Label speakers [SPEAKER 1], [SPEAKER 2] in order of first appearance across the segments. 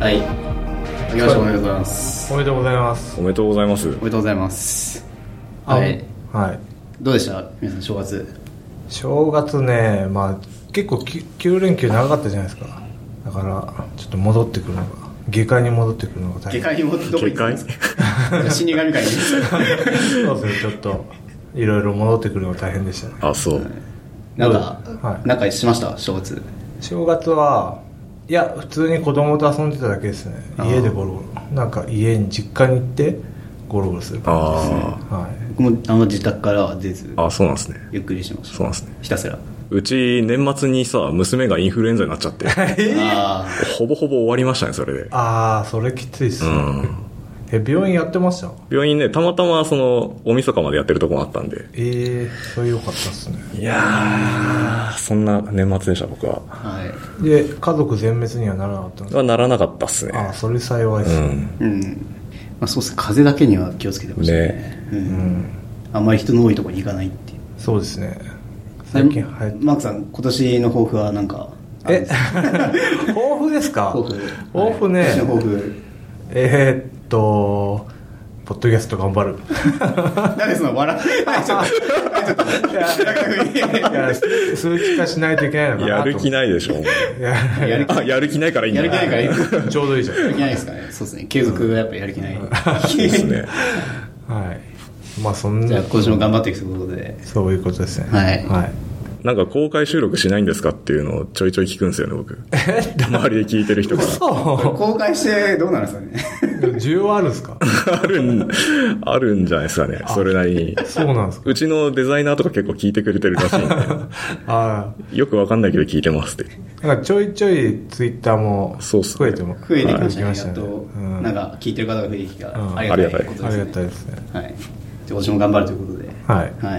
[SPEAKER 1] はい。明けましておめでとうございます。
[SPEAKER 2] おめでとうございます。
[SPEAKER 3] おめでとうございます。
[SPEAKER 1] おめでとうございます。
[SPEAKER 2] はい。はい。
[SPEAKER 1] どうでした皆さん、正月。
[SPEAKER 2] 正月ね、まあ結構9連休長かったじゃないですか。だからちょっと戻ってくるのが、下界に戻ってくるのが大変。
[SPEAKER 1] 下界に戻ってどこ行ったんですか死神界に
[SPEAKER 2] そうですね、ちょっといろいろ戻ってくるのが大変でしたね。
[SPEAKER 3] あ、そう。
[SPEAKER 1] なんかしました正月。
[SPEAKER 2] 正月はいや普通に子供と遊んでただけですね。家でゴロゴロ、なんか家に実家に行ってゴロゴロする感じですね。はい、
[SPEAKER 1] 僕も自宅からは出ず、
[SPEAKER 3] そうなんですね。
[SPEAKER 1] ゆっくりしました。
[SPEAKER 3] そうなんですね。
[SPEAKER 1] ひたすら。
[SPEAKER 3] うち年末にさ、娘がインフルエンザになっちゃってほぼほぼ終わりましたね、それで。
[SPEAKER 2] それきついっすね。病院やってました？
[SPEAKER 3] 病院ね、たまたまその大晦日までやってるとこもあったんで。
[SPEAKER 2] それ良かったっすね。
[SPEAKER 3] いやー、そんな年末でした僕は。
[SPEAKER 1] はい。
[SPEAKER 2] で、家族全滅にはならなかったんですか？
[SPEAKER 3] ならなかったっすね。
[SPEAKER 2] それ幸いですね。
[SPEAKER 1] まあ、そうっすね。風邪だけには気をつけてほしいね。あんまり人の多いところに行かないっていう。
[SPEAKER 2] そうですね。最近
[SPEAKER 1] マークさん、今年の抱負は何か
[SPEAKER 2] 抱負ですか？抱負ね。
[SPEAKER 1] 今年の抱負。
[SPEAKER 2] ポッドキャスト頑張る。
[SPEAKER 1] なんでその笑ちょっ
[SPEAKER 2] と数値化しないといけないのかなと。
[SPEAKER 3] やる気ないでしょ。やる気ないからいいんだ。
[SPEAKER 1] やる気ないからいい。
[SPEAKER 2] ちょうどいいじゃん。
[SPEAKER 1] やる気ないですかね。そうですね。継続がやっぱりやる気ない。
[SPEAKER 3] そうですね。
[SPEAKER 2] はい。まあそんな。
[SPEAKER 1] じゃあ今年も頑張っていくということで。
[SPEAKER 2] そういうことですね。
[SPEAKER 1] はい。
[SPEAKER 3] なんか公開収録しないんですかっていうのをちょいちょい聞くんですよね、僕。周りで聞いてる人から。
[SPEAKER 1] 公開してどうなんですかね。
[SPEAKER 2] 需要あるんですか？
[SPEAKER 3] あるんじゃないですかね、それなりに。
[SPEAKER 2] そうなんですか？
[SPEAKER 3] うちのデザイナーとか結構聞いてくれてるらしいんで。よくわかんないけど聞いてますって。
[SPEAKER 2] なんかちょいちょいツイッターも増えてきましたね。
[SPEAKER 1] なんか聞いてる方が増えてきたらありがたいことですね。
[SPEAKER 2] ありがたいですね。
[SPEAKER 1] はい。じゃあ今年も頑張るということで。
[SPEAKER 2] はい。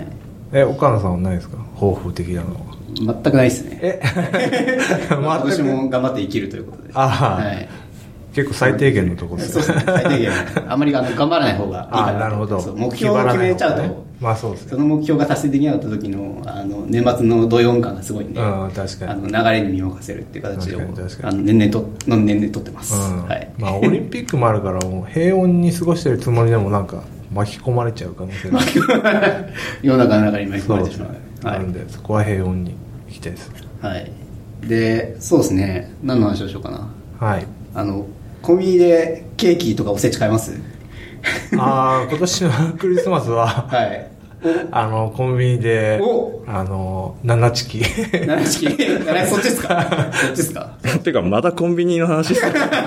[SPEAKER 2] 岡野さんはないですか？抱負的なのは。
[SPEAKER 1] 全くないですね。今年も頑張って生きるということで。はい。
[SPEAKER 2] 結構最低限のところですね。
[SPEAKER 1] そうですね。最低限。あんまり頑張らない方がいいかな。
[SPEAKER 2] なるほど。
[SPEAKER 1] 目標を決めちゃうと、
[SPEAKER 2] まあそうですね。
[SPEAKER 1] その目標が達成できなかった時の年末のドヨーン感がすごいんで、
[SPEAKER 2] 確かに
[SPEAKER 1] 流れに身を任せるっていう形で年々取ってます。はい。
[SPEAKER 2] まあオリンピックもあるからもう平穏に過ごしてるつもりでもなんか巻き込まれちゃう可能性が
[SPEAKER 1] 世の中の中に巻き込まれてしまう。
[SPEAKER 2] なのでそこは平穏にいきたいです。
[SPEAKER 1] はい。で、そうですね。何の話をしようかな。
[SPEAKER 2] はい。
[SPEAKER 1] コンビニでケーキとかおせち買えます？
[SPEAKER 2] 今年のクリスマスは
[SPEAKER 1] はい。
[SPEAKER 2] コンビニで7チキ
[SPEAKER 1] そっちですか？そっちですか？
[SPEAKER 3] てかまだコンビニの話ですか？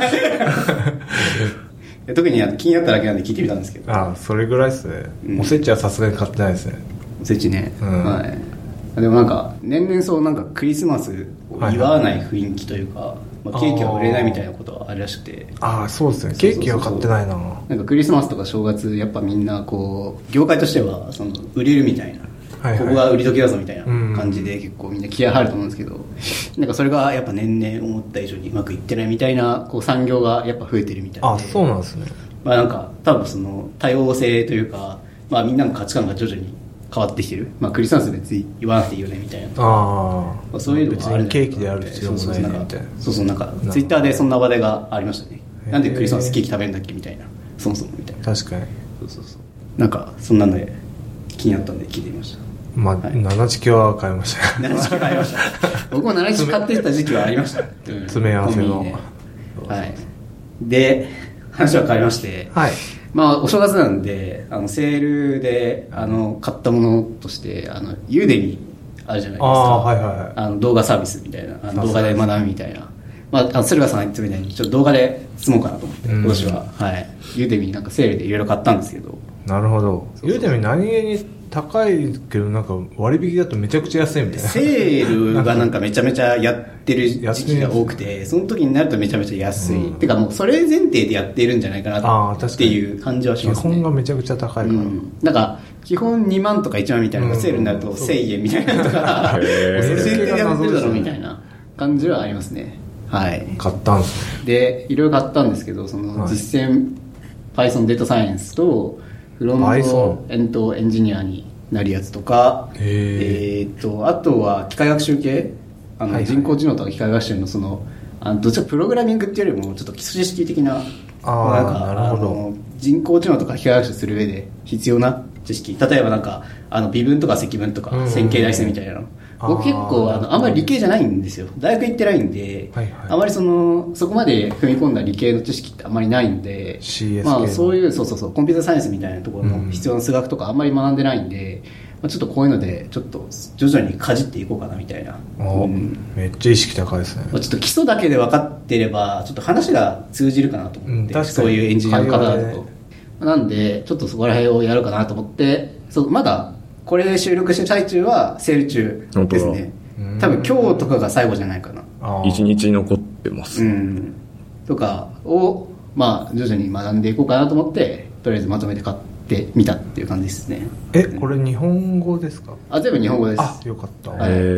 [SPEAKER 1] 特に気になっただけなんで聞いてみたんですけど。
[SPEAKER 2] それぐらいですね。おせちはさすがに買ってないですね。
[SPEAKER 1] おせちね。はい。でもなんか年々そうなんかクリスマスを祝わない雰囲気というか、ケーキは売れないみたいなことはあるらしくて。
[SPEAKER 2] そうですね。ケーキは買ってないな。
[SPEAKER 1] なんかクリスマスとか正月やっぱみんなこう業界としてはその売れるみたいな、ここが売り時だぞみたいな感じで結構みんな気合入ると思うんですけど、なんかそれがやっぱ年々思った以上にうまくいってないみたいなこう産業がやっぱ増えてるみたいで。
[SPEAKER 2] そうなんですね。
[SPEAKER 1] まあなんか多分その多様性というか、まあみんなの価値観が徐々に変わってきてる。クリスマス別に言わなくていいよねみたいな。そういうのがある。
[SPEAKER 2] 別にケーキである必要もないみたいな。
[SPEAKER 1] そうなんかツイッターでそんな話題がありましたね。なんでクリスマスケーキ食べるんだっけみたいな。そもそもみたいな。
[SPEAKER 2] 確かに。
[SPEAKER 1] そう。なんかそんなので気になったんで聞いてみました。
[SPEAKER 2] 7チキは買いました。
[SPEAKER 1] 7チキ買いました。僕も7チキ買ってた時期はありました。
[SPEAKER 2] 詰め合わせの。
[SPEAKER 1] はい。で、話は変わりまして。
[SPEAKER 2] はい。
[SPEAKER 1] お正月なんでセールで買ったものとしてユーデミあるじゃないですか。動画サービスみたいな動画で学ぶみたいな。駿河さんが言ってみたいにちょっと動画で積もうかなと思って今年は、はい、ユーデミなんかセールでいろいろ買ったんですけど。
[SPEAKER 2] なるほど。ユーデミ何気に高いけどなんか割引だとめちゃくちゃ安いみたいな。
[SPEAKER 1] セールがなんかめちゃめちゃやってる時期が多くて、その時になるとめちゃめちゃ安い。てかもうそれ前提でやっているんじゃないかなっていう感じはしますね。
[SPEAKER 2] 基本がめちゃくちゃ高いから。
[SPEAKER 1] なんか基本2万とか1万みたいなのがセールになると1000円みたいなのとか、それ前提でやってるだろうみたいな感じはありますね。はい。
[SPEAKER 2] 買ったんです
[SPEAKER 1] ね。で、いろいろ買ったんですけど、その実践 Python データサイエンスとフロントエンドエンジニアになるやつとか、あとは機械学習系、人工知能とか機械学習のそのどっちかプログラミングっていうよりもちょっと基礎知識的な、なんか
[SPEAKER 2] なるほど、
[SPEAKER 1] 人工知能とか機械学習する上で必要な知識、例えばなんか微分とか積分とか線形代数みたいなの、僕結構あんまり理系じゃないんですよ。大学行ってないんで、はいはい、あまりそこまで踏み込んだ理系の知識ってあんまりないんで、まあそういうそうコンピューターサイエンスみたいなところの必要な数学とかあんまり学んでないんで、ちょっとこういうのでちょっと徐々にかじっていこうかなみたいな。
[SPEAKER 2] めっちゃ意識高いですね。
[SPEAKER 1] ちょっと基礎だけで分かってればちょっと話が通じるかなと思って、そういうエンジニアの方だと、なんでちょっとそこら辺をやるかなと思って、まだこれで収録してる最中はセール中ですね。多分今日とかが最後じゃないかな。
[SPEAKER 3] 1日残ってます、
[SPEAKER 1] とかをまあ徐々に学んでいこうかなと思って、とりあえずまとめて買ってみたっていう感じですね。
[SPEAKER 2] これ日本語ですか？
[SPEAKER 1] 全部日本語です。
[SPEAKER 2] よかった。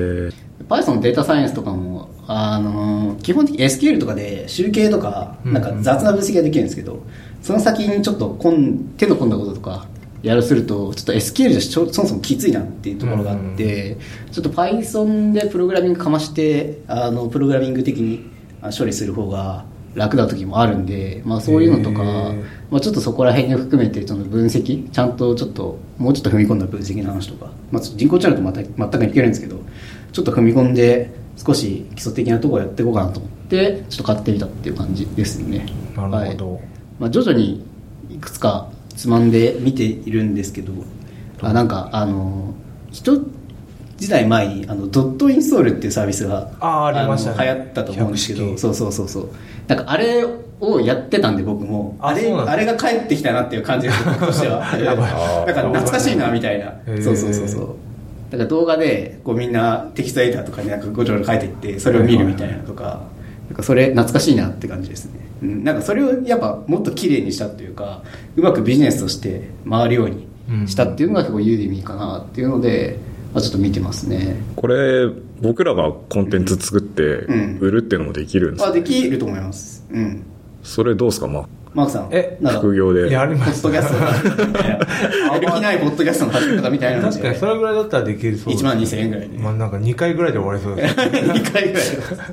[SPEAKER 1] Python のデータサイエンスとかも基本的に SQL とかで集計とかなんか雑な分析ができるんですけど、その先にちょっと手の込んだこととかやるするとちょっと SQL じゃそもそもきついなっていうところがあって、ちょっと Python でプログラミングかましてプログラミング的に処理する方が楽な時もあるんで、まあ、そういうのとか、ちょっとそこら辺に含めてその分析ちゃんともうちょっと踏み込んだ分析の話とか、人工知能と全くいけるんですけど、ちょっと踏み込んで少し基礎的なところをやっていこうかなと思ってちょっと買ってみたっていう感じですね。
[SPEAKER 2] なるほど。
[SPEAKER 1] 徐々にいくつかつまんで見ているんですけど、なんか一時代前にドットインストールっていうサービスが
[SPEAKER 2] ありましたね、
[SPEAKER 1] 流行ったと思うんですけど、そうなんかあれをやってたんで、僕もあれが帰ってきたなっていう感じです僕としてはだから懐かしいなみたいな。そうだから動画でこうみんなテキストエディターとかになんかごちょごちょ書いていってそれを見るみたいなとか、なんかそれ懐かしいなって感じですね。なんかそれをやっぱもっと綺麗にしたっていうか、うまくビジネスとして回るようにしたっていうのが結構ユーデミーかなっていうので、ちょっと見てますね。
[SPEAKER 3] これ僕らがコンテンツ作って売るっていうのもできるんですか？
[SPEAKER 1] できると思います。
[SPEAKER 3] それどうですか、
[SPEAKER 1] マークさん。
[SPEAKER 3] 副業で
[SPEAKER 2] やります。
[SPEAKER 1] ポッドキャストやる気ないポッドキャストの始め方みたいなので、
[SPEAKER 2] 確かにそれぐらいだったらできるそうです。
[SPEAKER 1] 12000円ぐらいで、
[SPEAKER 2] なんか2回ぐらいで終わりそうです
[SPEAKER 1] 2回ぐらい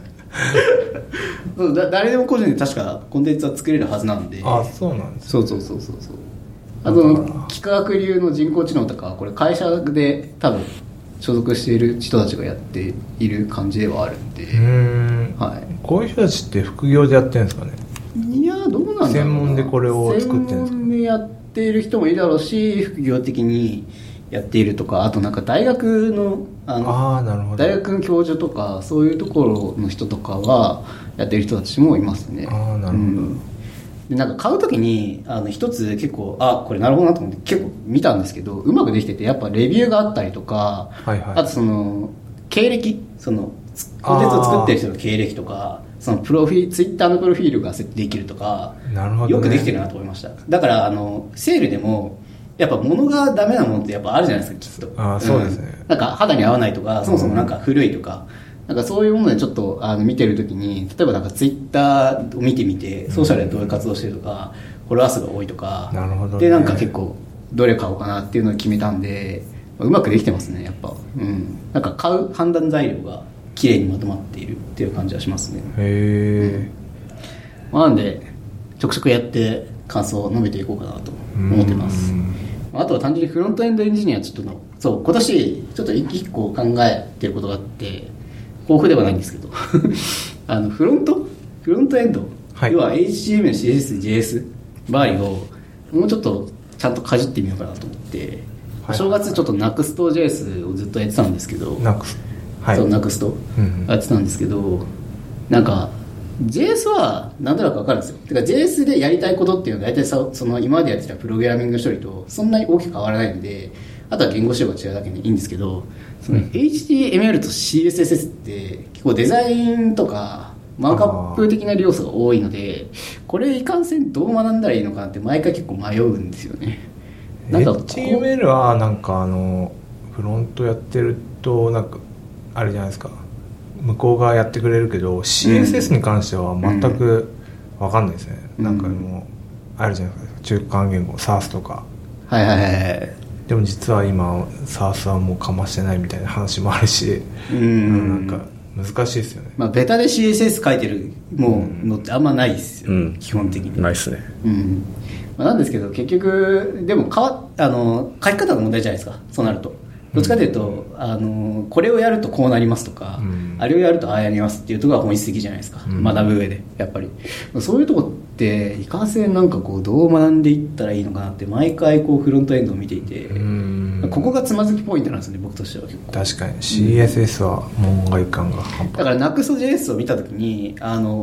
[SPEAKER 1] 誰でも個人で確かコンテンツは作れるはずなんで。
[SPEAKER 2] そうなんです、
[SPEAKER 1] そう幾何学流の人工知能とか、これ会社で多分所属している人たちがやっている感じではあるんで。
[SPEAKER 2] こういう人たちって副業でやってるんですかね？
[SPEAKER 1] いや、どうなんだろうな。
[SPEAKER 2] 専門でこれを作ってるんですか？
[SPEAKER 1] 専門でやっている人もいるだろうし、副業的にやっているとか、あとなんか大学の
[SPEAKER 2] なるほど、
[SPEAKER 1] 大学の教授とかそういうところの人とかはやっている人たちもいますね。
[SPEAKER 2] なるほど。
[SPEAKER 1] でなんか買うときに一つ結構これなるほどなと思って結構見たんですけど、うまくできてて、やっぱレビューがあったりとか、あとその経歴、そのコンテンツを作ってる人の経歴とか、そのツイッターのプロフィールが設定できるとか、
[SPEAKER 2] なるほどね、
[SPEAKER 1] よくできてるなと思いました。だからセールでもやっぱ物がダメなものってやっぱあるじゃないですか、きっと。
[SPEAKER 2] そうですね。
[SPEAKER 1] なんか肌に合わないとか、そもそもなんか古いとか、なんかそういうものでちょっと見てるときに、例えばなんかツイッターを見てみて、ソーシャルでどういう活動してるとか、フォロワー数が多いとか、
[SPEAKER 2] なるほどね、
[SPEAKER 1] でなんか結構どれ買おうかなっていうのを決めたんで、うまくできてますね、やっぱ。なんか買う判断材料が綺麗にまとまっているっていう感じはしますね。なんでちょくちょくやって感想を述べていこうかなと思ってます。あとは単純にフロントエンドエンジニア今年ちょっと一個考えてることがあって、豊富ではないんですけどフロントエンド、要は HTML、CSS、JS 周りをもうちょっとちゃんとかじってみようかなと思って、正月ちょっと Next.js をずっとやってたんですけど、Next やってたんですけど、なんか JS はなんとなく分かるんですよ。てか JS でやりたいことっていうのは大体その今までやってたプログラミング処理とそんなに大きく変わらないんで、あとは言語仕様が違うだけでいいんですけど、その HTML と CSS って結構デザインとかマークアップ的な要素が多いので、これいかんせんどう学んだらいいのかなって毎回結構迷うんですよね。
[SPEAKER 2] HTML はなんかフロントやってるとなんかあれじゃないですか、向こうがやってくれるけど CSS に関しては全く分かんないですね。なんかもうあるじゃないですか、中間言語 SARS とか。でも実は今 SARS はもうかましてないみたいな話もあるし、なんか難しいですよね。
[SPEAKER 1] まあベタで CSS 書いてるもうのってあんまないですよ、基本的に。
[SPEAKER 3] ないっすね。
[SPEAKER 1] まあ、なんですけど結局でも書き方の問題じゃないですか、そうなると。どっちかというと、これをやるとこうなりますとか、あれをやるとああやりますっていうところが本質的じゃないですか、学ぶ上でやっぱり。そういうとこっていかんせんなんかこうどう学んでいったらいいのかなって毎回こうフロントエンドを見ていて、ここがつまずきポイントなんですよね、僕としては。結構
[SPEAKER 2] 確かに CSS は門外観が半端
[SPEAKER 1] だから Next.js を見たときに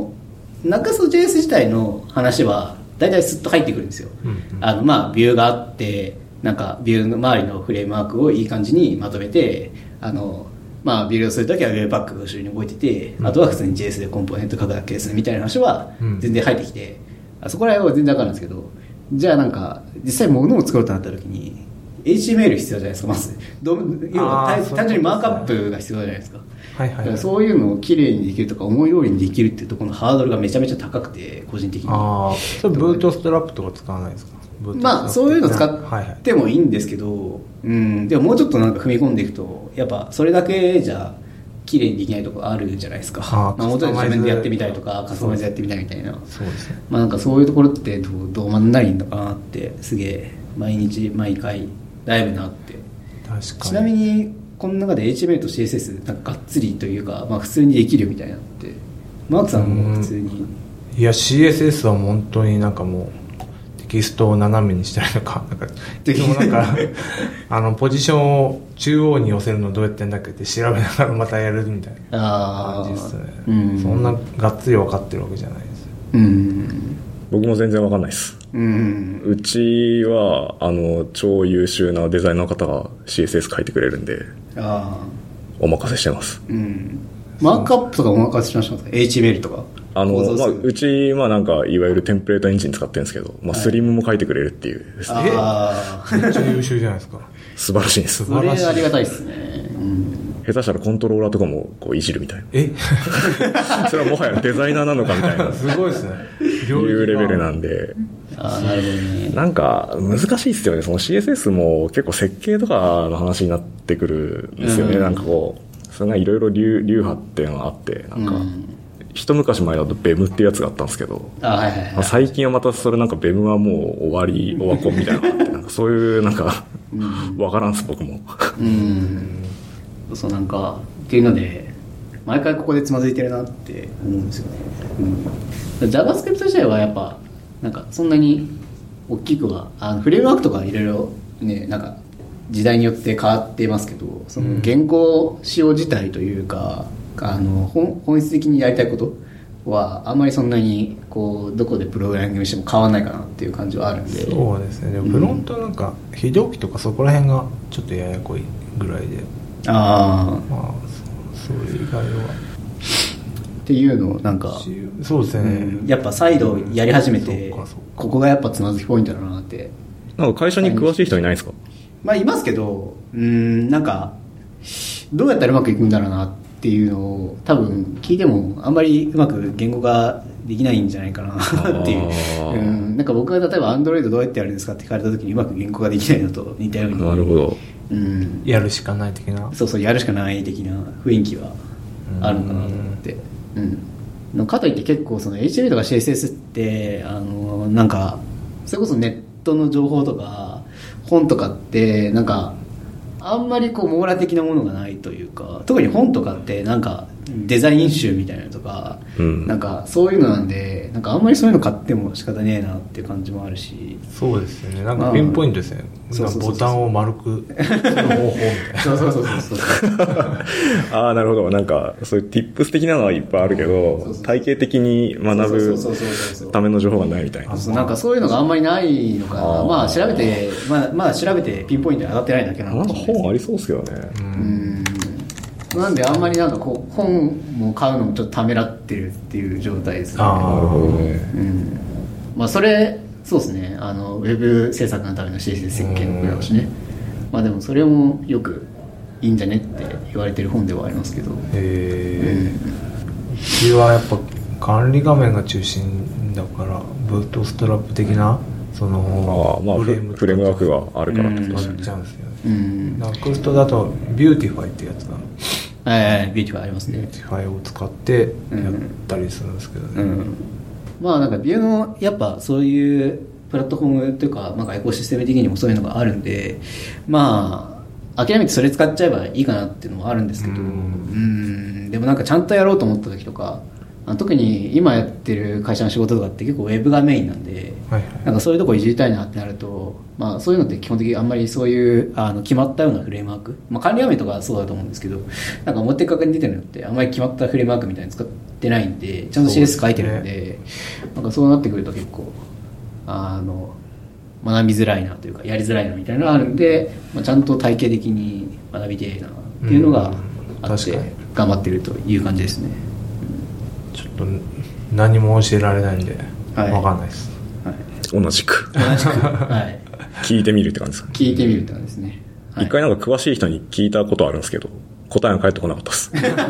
[SPEAKER 1] Next.js 自体の話は大体スッと入ってくるんですよ、まあビューがあってなんかビューの周りのフレームワークをいい感じにまとめてまあビルドするときは Webpack が後ろに動いてて、あとは普通に JS でコンポーネント書くだけですみたいな話は全然入ってきて、そこら辺は全然分かるんですけど、じゃあなんか実際物を作ろうとなったときに HTML 必要じゃないですか、まず要は単純にマークアップが必要じゃないですか。そういうのを綺麗にできるとか思い通りにできるっていうところのハードルがめちゃめちゃ高くて、個人的に。
[SPEAKER 2] それブートストラップとか使わないですか？
[SPEAKER 1] まあそういうの使ってもいいんですけど、でももうちょっとなんか踏み込んでいくとやっぱそれだけじゃ綺麗にできないところあるじゃないですか。もうちょっと自分でやってみたいとかカスタマイズやってみたいみたいな。
[SPEAKER 2] そうですね。
[SPEAKER 1] まあなんかそういうところってどう学んだらいいのかなってすげえ毎日毎回だいぶなって。
[SPEAKER 2] 確かに。
[SPEAKER 1] ちなみにこの中で HTML と CSS なんかがっつりというか、まあ、普通にできるみたいなのってマークさんも普通に。
[SPEAKER 2] いや CSS は本当になんかもうテキストを斜めにしたりとかでもなんかポジションを中央に寄せるのどうやってんだっけって調べながらまたやるみたいな感じですね。そんながっつり分かってるわけじゃないです。
[SPEAKER 3] 僕も全然分かんないです。うちは超優秀なデザイナーの方が CSS 書いてくれるんでお任せしてます。
[SPEAKER 1] マークアップとかお任せしましたか？ HTML とか
[SPEAKER 3] うちなんかいわゆるテンプレートエンジン使ってるんですけど、スリムも書いてくれるっていうですね。
[SPEAKER 2] めっちゃ優秀じゃないですか。
[SPEAKER 3] 素晴らしいです。
[SPEAKER 1] それありがたいですね。
[SPEAKER 3] 下手したらコントローラーとかもこういじるみたいな。それはもはやデザイナーなのかみたいな
[SPEAKER 2] すごいですね。
[SPEAKER 3] いうレベルなんで。
[SPEAKER 1] なるほどね。
[SPEAKER 3] なんか難しいですよね。その CSS も結構設計とかの話になってくるんですよね。なんかこうそれがいろいろ流派っていうのがあって、なんか一昔前だと BEM っていうやつがあったんですけど、最近はまたそれなんか BEM はもう終わりオワコンみたいなのがあって、なんかそういうなんかわからんっす僕も。
[SPEAKER 1] そうなんかっていうので毎回ここでつまずいてるなって思うんですよね。JavaScript 自体はやっぱなんかそんなに大きくはフレームワークとかいろいろねなんか時代によって変わってますけど、その言語仕様自体というか本質的にやりたいことはあんまりそんなにこうどこでプログラミングしても変わらないかなっていう感じはあるんで。
[SPEAKER 2] そうですね。でもフロントなんか非同期とかそこら辺がちょっとややこいぐらいで、まあそれ以外は
[SPEAKER 1] っていうのをなんか
[SPEAKER 2] そうですね、
[SPEAKER 1] やっぱ再度やり始めてここがやっぱつまずきポイントだなって。
[SPEAKER 3] なんか会社に詳しい人いないですか？
[SPEAKER 1] まあいますけどなんかどうやったらうまくいくんだろうなっていうのを多分聞いてもあんまりうまく言語ができないんじゃないかなっていうなんか僕が例えば Android どうやってやるんですかって聞かれた時にうまく言語ができないのと似たように。
[SPEAKER 3] なるほど。
[SPEAKER 2] やるしかない的な。
[SPEAKER 1] そうやるしかない的な雰囲気はあるのかなと思って。かといって結構その HTML とか CSS ってなんかそれこそネットの情報とか本とかってなんかあんまりこう網羅的なものがないというか、特に本とかってなんかデザイン集みたいなのとか、なんかそういうのなんでなんかあんまりそういうの買っても仕方ねえなっていう感じもあるし。
[SPEAKER 2] そうですよね。なんかピンポイントですね。ボタンを丸くする方法みたいな。
[SPEAKER 3] ああなるほど。なんかそういう tips 的なのはいっぱいあるけど体系的に学ぶための情報がないみたいな。
[SPEAKER 1] なんかそういうのがあんまりないのかな。まあ調べてまあ調べてピンポイントに上がってないだけなのかもしれない。
[SPEAKER 3] 本ありそうですけどね。
[SPEAKER 1] なんであんまりなんかこう本も買うのもちょっとためらってるっていう状態ですね。
[SPEAKER 3] なるほどね。
[SPEAKER 1] まあそうですね。ウェブ制作のための CSS 設計のプロだしね。まあでもそれもよくいいんじゃねって言われてる本ではありますけど。う
[SPEAKER 2] ちはやっぱ管理画面が中心だからブートストラップ的なその
[SPEAKER 3] フレームワークがあるからってことですね。
[SPEAKER 2] ちゃうんですよね。Nextだとビューティファイってやつが
[SPEAKER 1] ビューティファイありますね。
[SPEAKER 2] ビューティファイを使ってやったりするんですけどね、
[SPEAKER 1] まあなんかビューのやっぱそういうプラットフォームというか、なんかエコシステム的にもそういうのがあるんで、まあ諦めてそれ使っちゃえばいいかなっていうのもあるんですけど、でもなんかちゃんとやろうと思った時とか、特に今やってる会社の仕事とかって結構ウェブがメインなんで、なんかそういうとこいじりたいなってなると、まあそういうのって基本的にあんまりそういう決まったようなフレームワーク、まあ管理画面とかはそうだと思うんですけど、なんか表側に出てるのってあんまり決まったフレームワークみたいに使ってないんで、ちゃんと CS 書いてるんで、なんかそうなってくると結構学びづらいなというかやりづらいなみたいなのがあるんで、まあ、ちゃんと体系的に学びてえなっていうのがあって頑張ってるという感じですね。
[SPEAKER 2] ちょっと何も教えられないんで分かんないです、
[SPEAKER 3] 同じく聞いてみるって感じですか。
[SPEAKER 1] 聞いてみるって感じですね、
[SPEAKER 3] 一回なんか詳しい人に聞いたことあるんですけど、答えが返ってこなかったです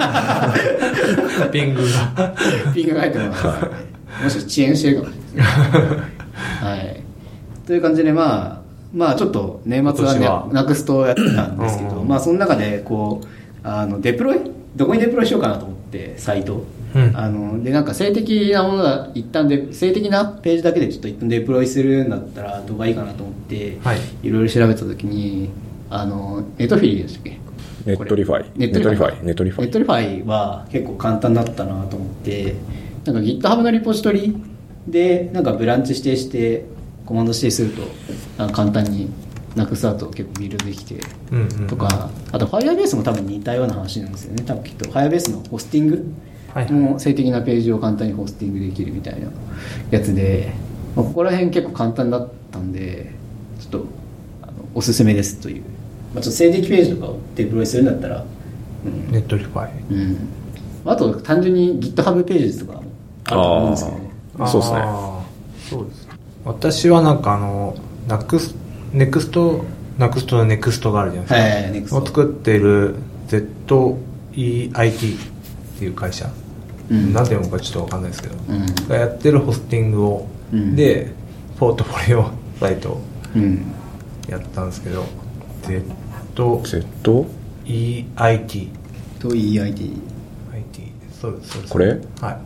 [SPEAKER 2] ピングが
[SPEAKER 1] 返ってこなかったですね、もし遅延してるかもしれないですねという感じで、まあちょっと年末はねナクストをやってたんですけど、まあその中でこうデプロイどこにデプロイしようかなと思ってサイト、でなんか静的なものが一旦で静的なページだけでちょっと一旦デプロイするんだったらどこがいいかなと思って、いろいろ調べた時にネットフィリーでしたっけ、
[SPEAKER 3] ネットリファ
[SPEAKER 1] イは結構簡単だったなと思って、なんか GitHub のリポジトリでなんかブランチ指定してコマンド指定すると簡単になくす後結構ビルドできてとか、あと Firebase も多分似たような話なんですよね。多分きっと Firebase のホスティングも静的なページを簡単にホスティングできるみたいなやつで、ここら辺結構簡単だったんでちょっとおすすめですという、ちょっと静的ページとかをデプロイするんだったら、
[SPEAKER 2] ネットリファイ、
[SPEAKER 1] あと単純に GitHub ページとかあると思うんですけどね。
[SPEAKER 3] そうですね。
[SPEAKER 2] そうです。私はなんかネクストがあるじゃないですか、を作っている ZEIT っていう会社、何て読むかちょっと分かんないですけど、がやってるホスティングを、でポートフォリオサイトをやったんですけど、ZEIT
[SPEAKER 1] と EIT
[SPEAKER 2] そうです
[SPEAKER 3] これ、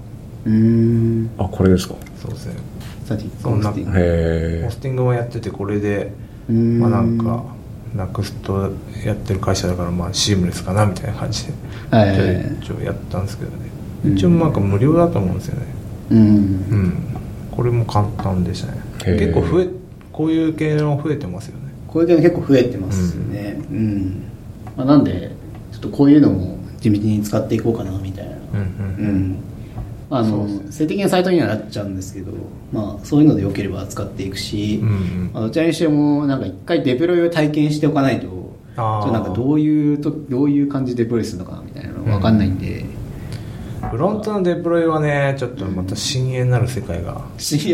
[SPEAKER 3] これですか。
[SPEAKER 2] そうですね。
[SPEAKER 1] そんな
[SPEAKER 2] ホスティングもやってて、これでなんかナクストやってる会社だからシームレスかなみたいな感じで一応やったんですけどね、一応なんか無料だと思うんですよね。これも簡単でしたね。結構こういう系の増えてますよね。
[SPEAKER 1] こういう系の結構増えてますね。なんでちょっとこういうのも地道に使っていこうかなみたいな、静的なサイトにはなっちゃうんですけど、そういうので良ければ使っていくし、どちらにしてもなんか一回デプロイを体験しておかないとなんかどういう感じでデプロイするのかなみたいなの分かんないんで、
[SPEAKER 2] フロントのデプロイはねちょっとまた深淵なる世界が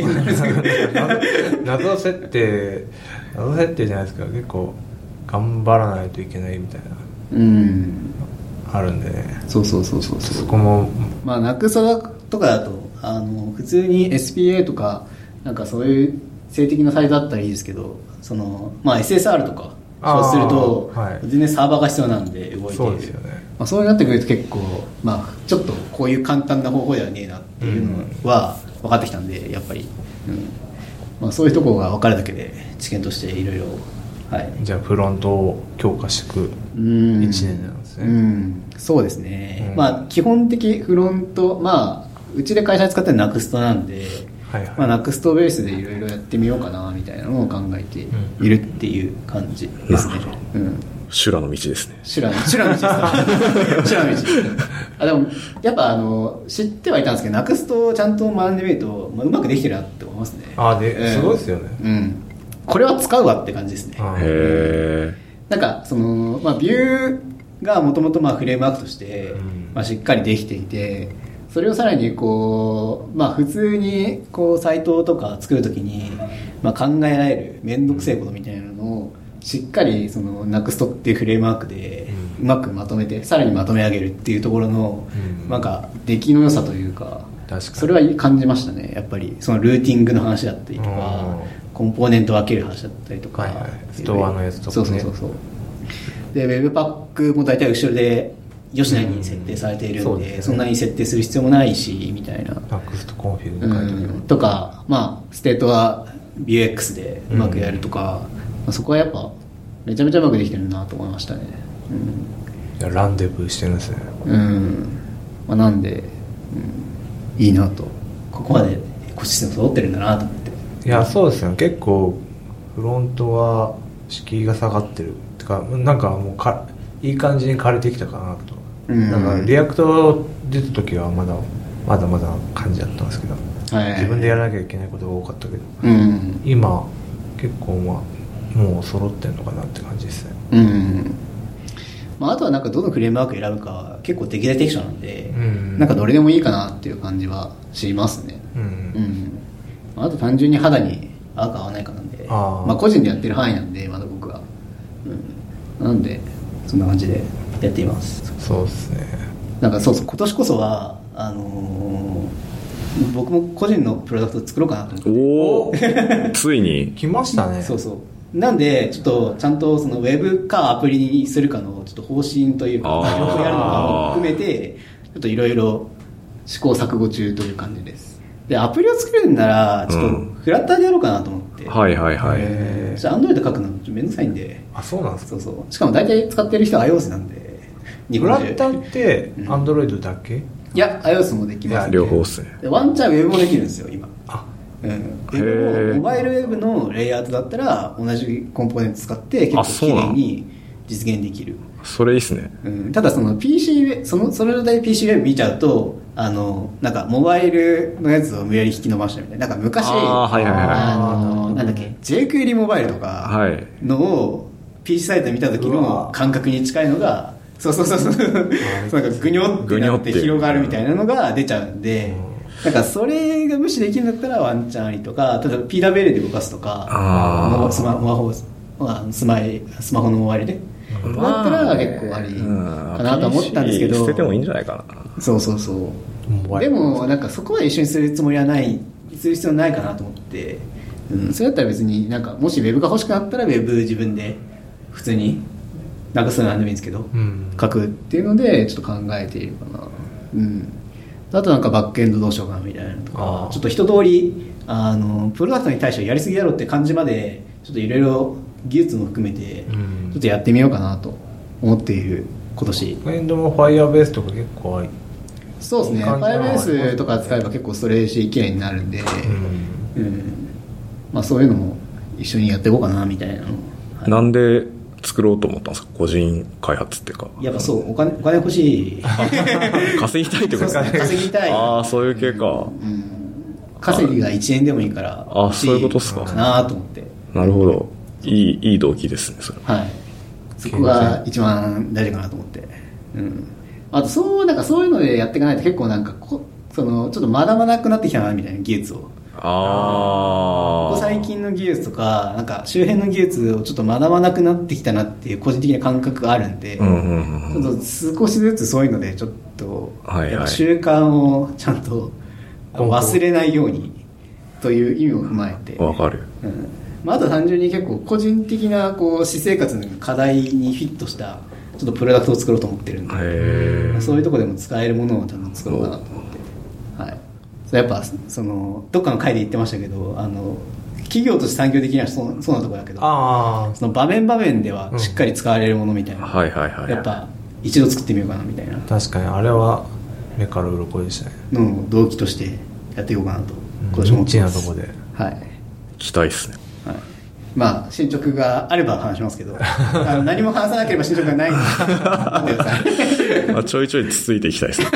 [SPEAKER 2] 謎設定じゃないですか。結構頑張らないといけないみたいなあるんでね。
[SPEAKER 1] そうそ
[SPEAKER 2] こも
[SPEAKER 1] ナクストとかだと普通に SPA とかなんかそういう静的なサイトだったらいいですけど、SSR とかそうすると全然サーバーが必要なんで動いている。
[SPEAKER 2] そうですよね。
[SPEAKER 1] そうなってくると結構ちょっとこういう簡単な方法ではねえなっていうのは分かってきたんで、やっぱり、そういうところが分かるだけで知見としていろいろ、
[SPEAKER 2] じゃあフロントを強化していく1年なんですね。
[SPEAKER 1] そうですね。基本的フロント、うちで会社で使ってるナクストなんで、ナクストベースでいろいろやってみようかなみたいなのを考えているっていう感じですね。
[SPEAKER 3] 修羅の道ですね。
[SPEAKER 1] 修羅の道ですでもやっぱ知ってはいたんですけど、ナクストをちゃんと学んでみると、うまくできてるなって思いますね。
[SPEAKER 2] すごいですよね。
[SPEAKER 1] これは使うわって感じですね。なんかビューがもともとフレームワークとして、しっかりできていて、それをさらに普通にサイトとか作るときに、考えられる面倒くせえことみたいなのをしっかりNUXT っていうフレームワークでうまくまとめて、さらにまとめ上げるっていうところのなんか出来の良さというか、それは感じましたね。やっぱりそのルーティングの話だったりとか、コンポーネント分ける話だったりとか、
[SPEAKER 2] ストアのやつとかね。
[SPEAKER 1] でウェブパックも大体後ろで吉田に設定されているんで、そんなに設定する必要もないしみたいな。
[SPEAKER 2] Next config で書いておく
[SPEAKER 1] とか、まあステートは Vuex でうまくやるとか、まあ、そこはやっぱめちゃめちゃうまくできてるなと思いましたね。
[SPEAKER 2] いやランデブーしてるんですね。
[SPEAKER 1] まあ、なんで、いいなと、ここまでエコシステム揃ってるんだなと思って。
[SPEAKER 2] いやそうですよ、結構フロントは敷居が下がってるってか、なんかもういい感じに枯れてきたかなと。なんかリアクト出た時はまだ感じだったんですけど、自分でやらなきゃいけないことが多かったけど、今結構もう揃ってんのかなって感じですね。
[SPEAKER 1] まあ、あとはなんかどのフレームワーク選ぶかは結構適材適所なんで、なんかどれでもいいかなっていう感じはしますね。あと単純に肌に合うか合わないかなんで、まあ個人でやってる範囲なんでまだ僕は、なんでそんな感じでやっています。
[SPEAKER 2] そうですね。
[SPEAKER 1] なんかそう今年こそは僕も個人のプロダクト作ろうかなと思って。
[SPEAKER 3] ついに
[SPEAKER 2] 来ましたね。
[SPEAKER 1] そうなんでちょっとちゃんとそのウェブかアプリにするかのちょっと方針というか両方やるのかも含めてちょっといろいろ試行錯誤中という感じです。でアプリを作るんならちょっとフラッターでやろうかなと思って、
[SPEAKER 3] はいはいはい。
[SPEAKER 1] じゃあ Android 書くのめんどくさいんで。
[SPEAKER 2] そうなんですか。
[SPEAKER 1] そうしかも大体使ってる人は iOS なんで。
[SPEAKER 2] フラッターって Android だけ？
[SPEAKER 1] いや iOS もできます、
[SPEAKER 3] ね、両方っすね。
[SPEAKER 1] ワンチャンウェブもできるんですよ今。ウェブもモバイルウェブのレイアウトだったら同じコンポーネント使って結構綺麗に実現できる。
[SPEAKER 3] それいいっすね。
[SPEAKER 1] ただその PC それで PC ウェブ見ちゃうとなんかモバイルのやつを無理やり引き伸ばしたみたいな。なんか昔なんだっけ jQuery モバイルとかのを PC サイトで見た時の感覚に近いのがそうなんかグニョってなって広がるみたいなのが出ちゃうんで、なんかそれが無視できるんだったらワンチャンありとか、例えば PWL で動かすとか、スマホのモバイルでだったら結構ありかなと思ったんですけど、
[SPEAKER 3] 捨ててもいいんじゃないかな。
[SPEAKER 1] そうでもなんかそこは一緒にするつもりはないする必要ないかなと思って、それだったら別になんかもしウェブが欲しくなったらウェブ自分で普通になんかそういうのなんでもいいんですけど、書くっていうのでちょっと考えているかな。あとなんかバックエンドどうしようかなみたいなのとか、ちょっと一通りプロダクトに対してはやりすぎだろうって感じまでちょっといろいろ技術も含めてちょっとやってみようかなと思っている今年。
[SPEAKER 2] バックエンドも Firebase とか結構あり。
[SPEAKER 1] そうですね。Firebase とか使えば結構ストレージ綺麗になるんで、まあそういうのも一緒にやっていこうかなみたいなの。
[SPEAKER 3] なんで作ろうと思ったんですか？個人開発っていうか。
[SPEAKER 1] やっぱそうお金欲しい。
[SPEAKER 3] 稼ぎたいってことですね。
[SPEAKER 1] 稼ぎたい。
[SPEAKER 3] そういう系か。
[SPEAKER 1] 稼ぎが1円でもいいから
[SPEAKER 3] そういうことですか。
[SPEAKER 1] かなと思って。
[SPEAKER 3] なるほど。いい動機ですねそれ。
[SPEAKER 1] そこが一番大事かなと思って。あとそういうのでやっていかないと結構なんかそのちょっと学ばなくなってきたなみたいな技術を。ここ最近の技術とかなんか周辺の技術をちょっと学ばなくなってきたなっていう個人的な感覚があるんで、ちょっと少しずつそういうのでちょっと習慣をちゃんと忘れないようにという意味を踏まえて。
[SPEAKER 3] わかる。
[SPEAKER 1] あと単純に結構個人的な私生活の課題にフィットしたちょっとプロダクトを作ろうと思ってるんで、そういうところでも使えるものを多分作ろうかなと思って。やっぱそのどっかの回で言ってましたけど、企業として産業的にはそうなところだけど、その場面ではしっかり使われるものみたいな、やっぱ一度作ってみようかなみたいな。
[SPEAKER 2] 確かにあれは目から鱗でしたね。
[SPEAKER 1] の動機としてやっていこうかなと今年も思ってます。
[SPEAKER 2] なとこで
[SPEAKER 3] 期待ですね。
[SPEAKER 1] まあ進捗があれば話しますけど何も話さなければ進捗がないので
[SPEAKER 3] ちょいちょいつついていきたいですね。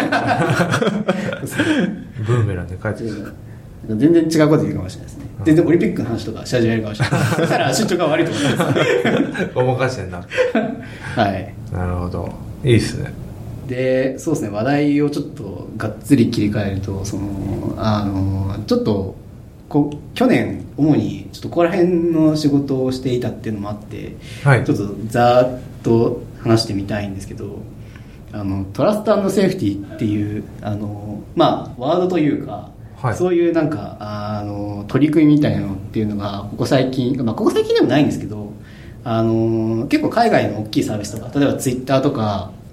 [SPEAKER 2] ブーメランで帰ってきた。
[SPEAKER 1] 全然違うこと言うかもしれないですね。全然オリンピックの話とかし始めるかもしれない。そしたら進捗が悪いと思います。
[SPEAKER 2] ごまかしてんな。なるほど。いいっすね。
[SPEAKER 1] でそうですね、話題をちょっとがっつり切り替えると、そのちょっと去年主にちょっとここら辺の仕事をしていたっていうのもあって、ちょっとざーっと話してみたいんですけど、トラスト&セーフティっていうまあワードというか、そういうなんか取り組みみたいなのっていうのがここ最近でもないんですけど、結構海外の大きいサービスとか、例えばツイッターとか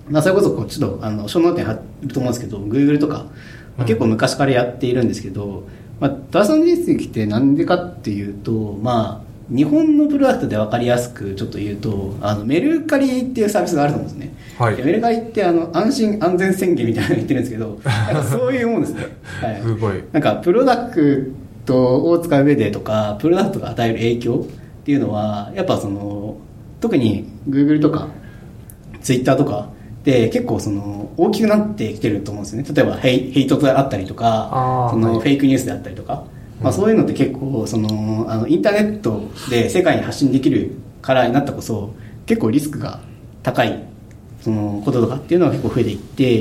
[SPEAKER 1] まあ、それこそちょっと小ノートに貼ると思うんですけど Google とか、まあ、結構昔からやっているんですけど、まあ、トラストアナリティクスってなんでかっていうと、まあ日本のプロダクトで分かりやすくちょっと言うとメルカリっていうサービスがあると思うんですね、はい、メルカリって安心安全宣言みたいなの言ってるんですけどなんかそういうもんですね、はい、
[SPEAKER 2] すごい
[SPEAKER 1] なんかプロダクトを使う上でとかプロダクトが与える影響っていうのはやっぱ特に Google とか Twitter とかで結構大きくなってきてると思うんですよね。例えばヘイトであったりとかフェイクニュースであったりとか、まあ、そういうのって結構インターネットで世界に発信できるからになったこそ結構リスクが高いこととかっていうのが結構増えていって、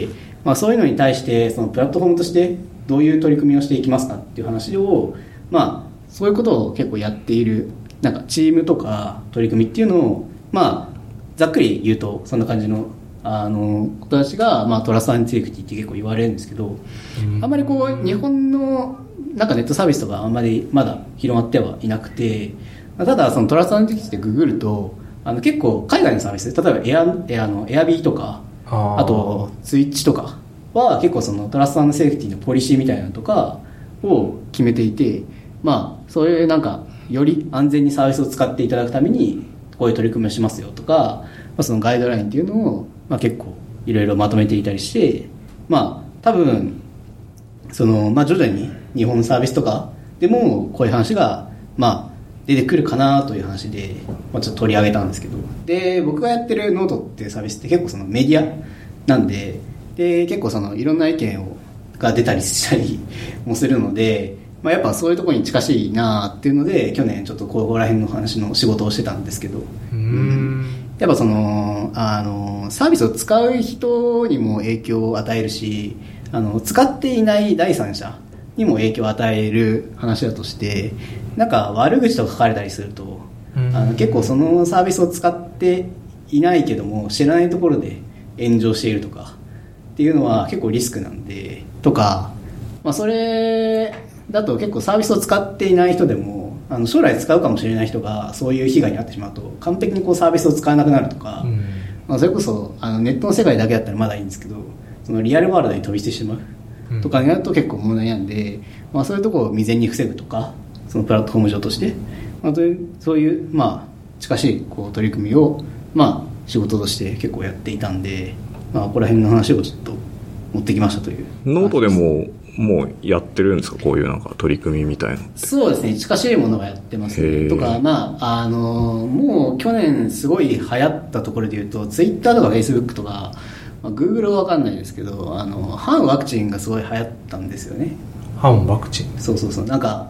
[SPEAKER 1] まあ、そういうのに対してプラットフォームとしてどういう取り組みをしていきますかっていう話を、まあ、そういうことを結構やっているなんかチームとか取り組みっていうのを、まあ、ざっくり言うとそんな感じの子たちが、まあ、トラストアナリティクスって結構言われるんですけど、あんまり日本のなんかネットサービスとかあんまりまだ広まってはいなくて、ただトラストアナリティクスってググると結構海外のサービス、例えばエアビーとかあとスイッチとかは結構トラストアナセーフティのポリシーみたいなのとかを決めていて、まあそういうなんかより安全にサービスを使っていただくためにこういう取り組みをしますよとか、まあ、そのガイドラインっていうのを、まあ、結構いろいろまとめていたりして、まあ多分まあ、徐々に日本のサービスとかでもこういう話が、まあ、出てくるかなという話で、まあ、ちょっと取り上げたんですけど、で僕がやってるノートっていうサービスって結構メディアなんで、結構いろんな意見が出たりしたりもするので、まあ、やっぱそういうところに近しいなっていうので去年ちょっとここら辺の話の仕事をしてたんですけど、やっぱサービスを使う人にも影響を与えるし使っていない第三者にも影響を与える話だとして、なんか悪口とか書かれたりすると結構そのサービスを使っていないけども知らないところで炎上しているとかっていうのは結構リスクなんでとか、まあ、それだと結構サービスを使っていない人でも将来使うかもしれない人がそういう被害に遭ってしまうと完璧にサービスを使わなくなるとか、まあ、それこそネットの世界だけだったらまだいいんですけどリアルワールドに飛びしてしまうとかになると結構問題なんで、まあ、そういうところを未然に防ぐとかプラットフォーム上として、まあ、そういう、まあ、近しい取り組みを、まあ、仕事として結構やっていたんで、まあ、ここら辺の話をちょっと持ってきましたという。
[SPEAKER 3] ノートでもうやってるんですか、こういうなんか取り組みみたいな。
[SPEAKER 1] そうですね、近しいものがやってますね。とか、まあもう去年すごい流行ったところでいうとツイッターとかフェイスブックとか、まあ、Google は分かんないですけど反ワクチンがすごい流行ったんですよね。
[SPEAKER 2] 反ワクチン、
[SPEAKER 1] そうなんか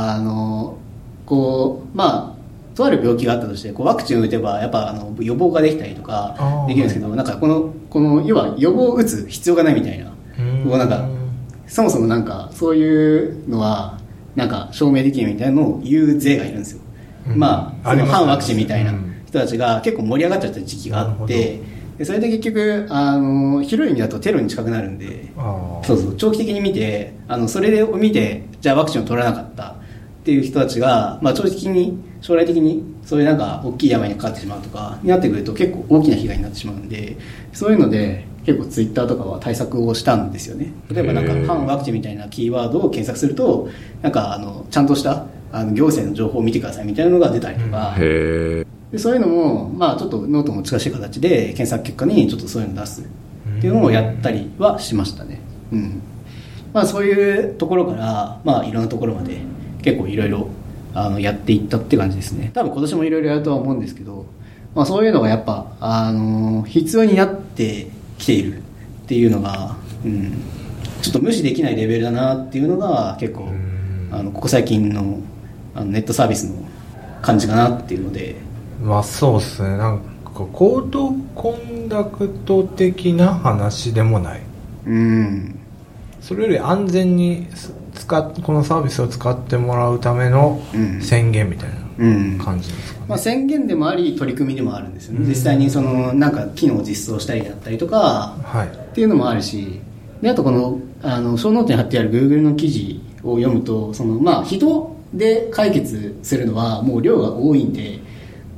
[SPEAKER 1] まあとある病気があったとしてワクチンを打てばやっぱ予防ができたりとかできるんですけど、なんかこの要は予防を打つ必要がないみたいな、なんかそもそもなんかそういうのはなんか証明できるみたいなのを言う勢がいるんですよ、まあその反ワクチンみたいな人たちが結構盛り上がっちゃった時期があって、でそれで結局広い意味だとテロに近くなるんで、そう長期的に見てそれを見てじゃあワクチンを取らなかったっていう人たちが、まあ、長期的に将来的にそういうなんか大きい病にかかってしまうとかになってくると結構大きな被害になってしまうんで、そういうので結構ツイッターとかは対策をしたんですよね。例えばなんか反ワクチンみたいなキーワードを検索するとなんかちゃんとした行政の情報を見てくださいみたいなのが出たりとか、でそういうのも、まあ、ちょっとノートも近しい形で検索結果にちょっとそういうのを出すっていうのをやったりはしましたね。まあ、そういうところから、まあ、いろんなところまで結構いろいろやっていったって感じですね。多分今年もいろいろやるとは思うんですけど、まあ、そういうのがやっぱ必要になってきているっていうのが、ちょっと無視できないレベルだなっていうのが結構ここ最近のネットサービスの感じかなっていうので、
[SPEAKER 2] まあそうですね、なんかコードコンダクト的な話でもない、それより安全にこのサービスを使ってもらうための宣言みたいな感じですかね。
[SPEAKER 1] まあ、宣言でもあり取り組みでもあるんですよね。実際になんか機能を実装したりだったりとか、っていうのもあるし、であとこの小ノートに貼ってある Google の記事を読むとまあ、人で解決するのはもう量が多いんで、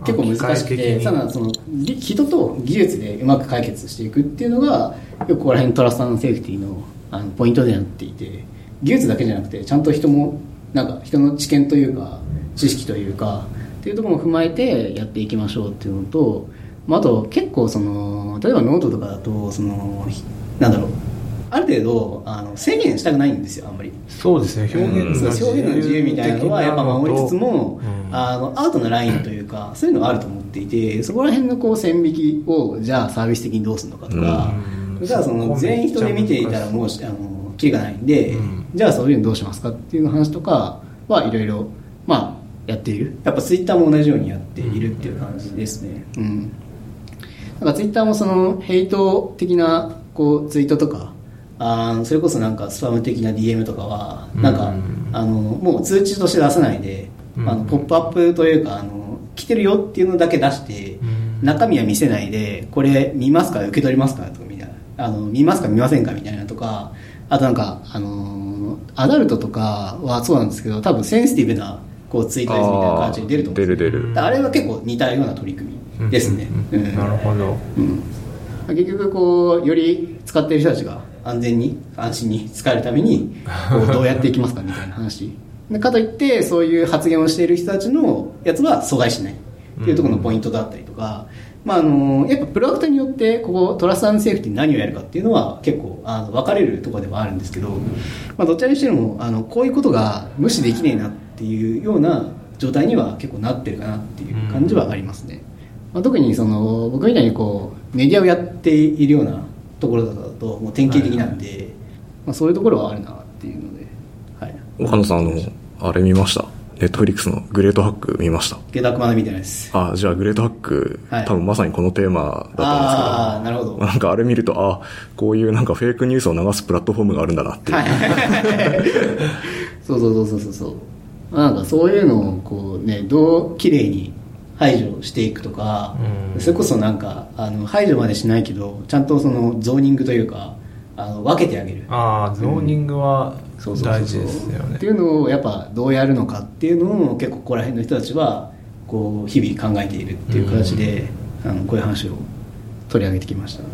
[SPEAKER 1] 結構難しくて、ただその人と技術でうまく解決していくっていうのがよくここら辺トラスト&セーフティのポイントになっていて、技術だけじゃなくてちゃんと人もなんか人の知見というか知識というかっていうところも踏まえてやっていきましょうっていうのと、あと結構その例えばノートとかだとそのなんだろう、ある程度制限したくないんですよ、あんまり。
[SPEAKER 2] そうですね、表現の
[SPEAKER 1] 自由みたいなのはやっぱ守りつつも、アウトなラインというかそういうのがあると思っていて、そこら辺のこう線引きをじゃあサービス的にどうするのかとか、じゃあその全員人で見ていたらもうキリがないんで、じゃあそういうのどうしますかっていう話とかはいろいろやっている。やっぱツイッターも同じようにやっているっていう感じですね。なんかツイッターもそのヘイト的なこうツイートとかそれこそなんかスパム的な DM とかはなんかもう通知として出さないでポップアップというか来てるよっていうのだけ出して中身は見せないで、これ見ますか受け取りますかとかみたいな、見ますか見ませんかみたいなとか、あとなんかアダルトとかはそうなんですけど、多分センシティブなこうツイートですみたいな感じで出ると思うんですよ。出るあれは結構似たような取り組みですね。
[SPEAKER 2] なるほど。
[SPEAKER 1] 結局こうより使っている人たちが安全に安心に使えるためにこうどうやっていきますかみたいな話かといってそういう発言をしている人たちのやつは阻害しないっていうところのポイントだったりとか、やっぱプロダクトによってここトラスト&セーフティに何をやるかっていうのは結構分かれるところではあるんですけど、どちらにしてもこういうことが無視できねえなっていうような状態には結構なってるかなっていう感じはありますね。特にその僕みたいにこうメディアをやっているようなところだともう典型的なんで、そういうところはあるなっていうので、
[SPEAKER 3] 岡野さんあれ見ました？ネットフリックスのグレートハック見ました？
[SPEAKER 1] グレートハックまだ見てないです。
[SPEAKER 3] じゃあグレートハック、多分まさにこのテーマだったんですけど、
[SPEAKER 1] なるほど。
[SPEAKER 3] なんかあれ見るとこういうなんかフェイクニュースを流すプラットフォームがあるんだなっていう、
[SPEAKER 1] そうなんかそういうのをこうね、どう綺麗に排除していくとか、それこそなんか排除までしないけどちゃんとそのゾーニングというか分けてあげる。
[SPEAKER 2] ゾーニングは大事ですよね。
[SPEAKER 1] っていうのをやっぱどうやるのかっていうのを結構ここら辺の人たちはこう日々考えているっていう形で、こういう話を取り上げてきました。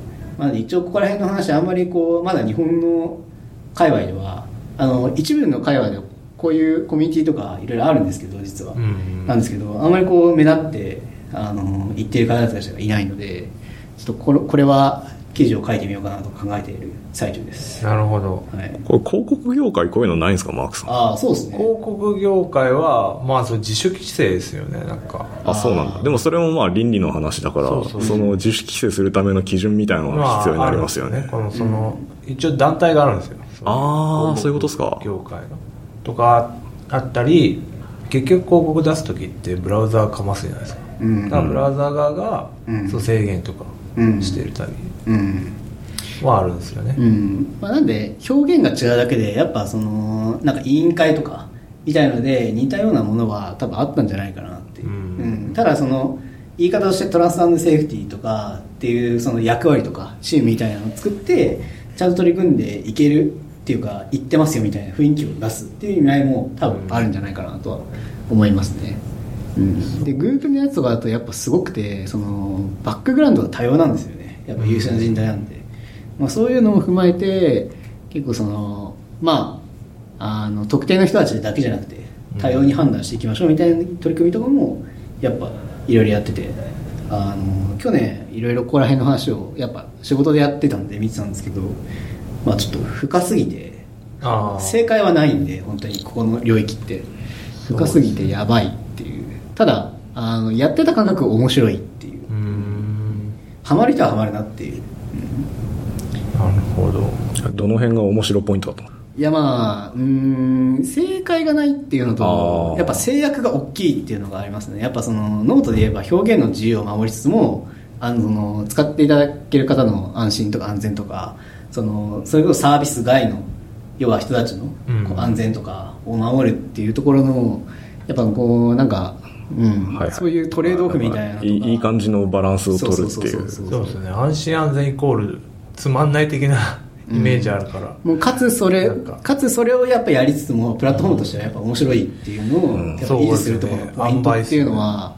[SPEAKER 1] 一応ここら辺の話あんまりこうまだ日本の界隈では一部の界隈でこういうコミュニティとかいろいろあるんですけど実は、なんですけどあんまりこう目立って言っている方たちがいないので、ちょっとこれは記事を書いてみようかなと考えている最中です。
[SPEAKER 2] なるほど。
[SPEAKER 3] これ広告業界こういうのないんですか、マークさん？
[SPEAKER 1] そうですね。
[SPEAKER 2] 広告業界はそう自主規制ですよね。なんか
[SPEAKER 3] そうなんだ。でもそれも倫理の話だから、その自主規制するための基準みたいなのが必要になりますよね。
[SPEAKER 2] 一応団体があるんですよ。
[SPEAKER 3] そういうことですか。
[SPEAKER 2] 業界のとかあったり、結局広告出す時ってブラウザーかますじゃないですか。だからブラウザー側が制限とかしてるたりはあるんですよね。
[SPEAKER 1] なんで表現が違うだけでやっぱそのなんか委員会とかみたいので似たようなものは多分あったんじゃないかなっていう、ただその言い方としてトランス&セーフティーとかっていうその役割とかチームみたいなのを作ってちゃんと取り組んでいけるっていうか言ってますよみたいな雰囲気を出すっていう意味合いも多分あるんじゃないかなとは思いますね。で Google のやつとかだとやっぱすごくてそのバックグラウンドが多様なんですよね。やっぱ優秀な人材なんで、そういうのも踏まえて結構その特定の人たちだけじゃなくて多様に判断していきましょうみたいな取り組みとかもやっぱいろいろやってて、去年いろいろここら辺の話をやっぱ仕事でやってたんで見てたんですけど、ちょっと深すぎて正解はないんで本当にここの領域って深すぎてやばいっていう。ただやってた感覚面白いっていう、ハマる人はハマるなっていう。
[SPEAKER 2] なるほど。
[SPEAKER 3] どの辺が面白ポイントだと？
[SPEAKER 1] いや正解がないっていうのとやっぱ制約が大きいっていうのがありますね。やっぱそのノートで言えば表現の自由を守りつつも使っていただける方の安心とか安全とかそれこそサービス外の要は人たちのこう安全とかを守るっていうところのやっぱこうなんかそういうトレードオフみたいなのとか
[SPEAKER 3] いい感じのバランスを取るっていう。
[SPEAKER 2] そうですね。安心安全イコールつまんない的なイメージあるから、
[SPEAKER 1] もうかつそれをやっぱやりつつもプラットフォームとしてはやっぱ面白いっていうのをやっぱ維持するところのポイントっていうのは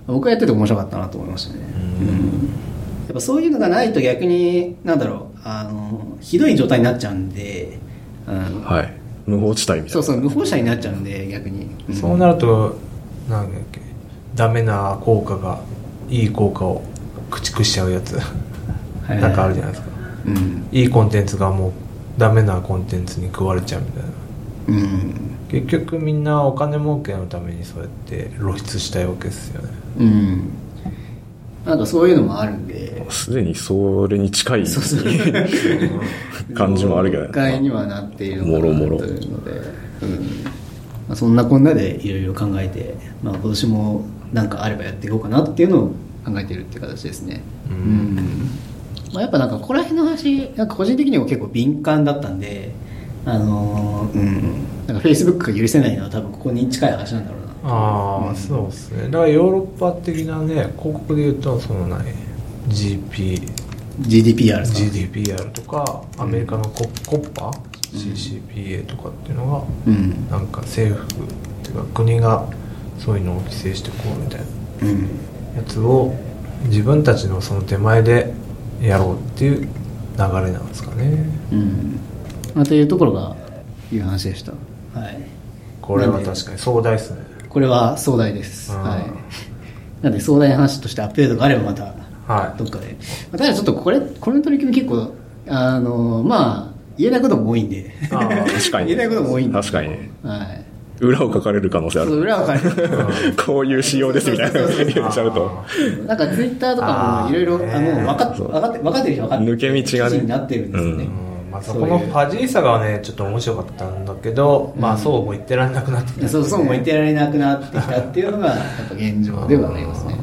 [SPEAKER 1] 僕はやってて面白かったなと思いましたね。やっぱそういうのがないと逆になんだろうひどい状態になっちゃうんで、
[SPEAKER 3] はい、無法地帯みたいな。
[SPEAKER 1] そう無法地帯になっちゃうんで逆に、
[SPEAKER 2] そうなるとなんだっけ、ダメな効果がいい効果を駆逐しちゃうやつなんかあるじゃないですか、いいコンテンツがもうダメなコンテンツに食われちゃうみたいな、結局みんなお金儲けのためにそうやって露出したいわけですよね。
[SPEAKER 1] なんかそういうのもあるんで、
[SPEAKER 3] すでにそれに近い感じもあるけど、
[SPEAKER 1] 誤解にはなっているのかなというので、そんなこんなでいろいろ考えて、今年もなんかあればやっていこうかなっていうのを考えているっていう形ですね。やっぱなんかここら辺の話なんか個人的にも結構敏感だったんで、なんか Facebook が許せないのは多分ここに近い話なんだろうな。
[SPEAKER 2] そうですね。だからヨーロッパ的なね、広告で言うとそのGDPR とかアメリカのコッパ、CCPA とかっていうのが、なんか政府っていうか国がそういうのを規制してこうみたいなやつを自分たちのその手前でやろうっていう流れなんですかね。
[SPEAKER 1] というところがいう話でした。
[SPEAKER 2] これは確かに壮大ですね。
[SPEAKER 1] これは壮大です。なんで壮大な話としてアップデートがあればまたどっかで。ただちょっとこの取り組み結構言えないことも多いんで。
[SPEAKER 3] 確かに。
[SPEAKER 1] 言えないことも多いんで。
[SPEAKER 3] 確かにね。裏を書かれる可能性ある。
[SPEAKER 1] 裏を書かれる。
[SPEAKER 3] こういう仕様ですみたいな言っちゃうと。
[SPEAKER 1] なんかツイッターとかもいろいろ分かってる人分かってる
[SPEAKER 3] 抜け道がね
[SPEAKER 1] になってるんですよね。
[SPEAKER 2] そこのファジーさがねちょっと面白かったんだけど、そうも言ってられなくなってきた、
[SPEAKER 1] そうも言ってられなくなってきたっていうのがやっぱ現状ではありますね。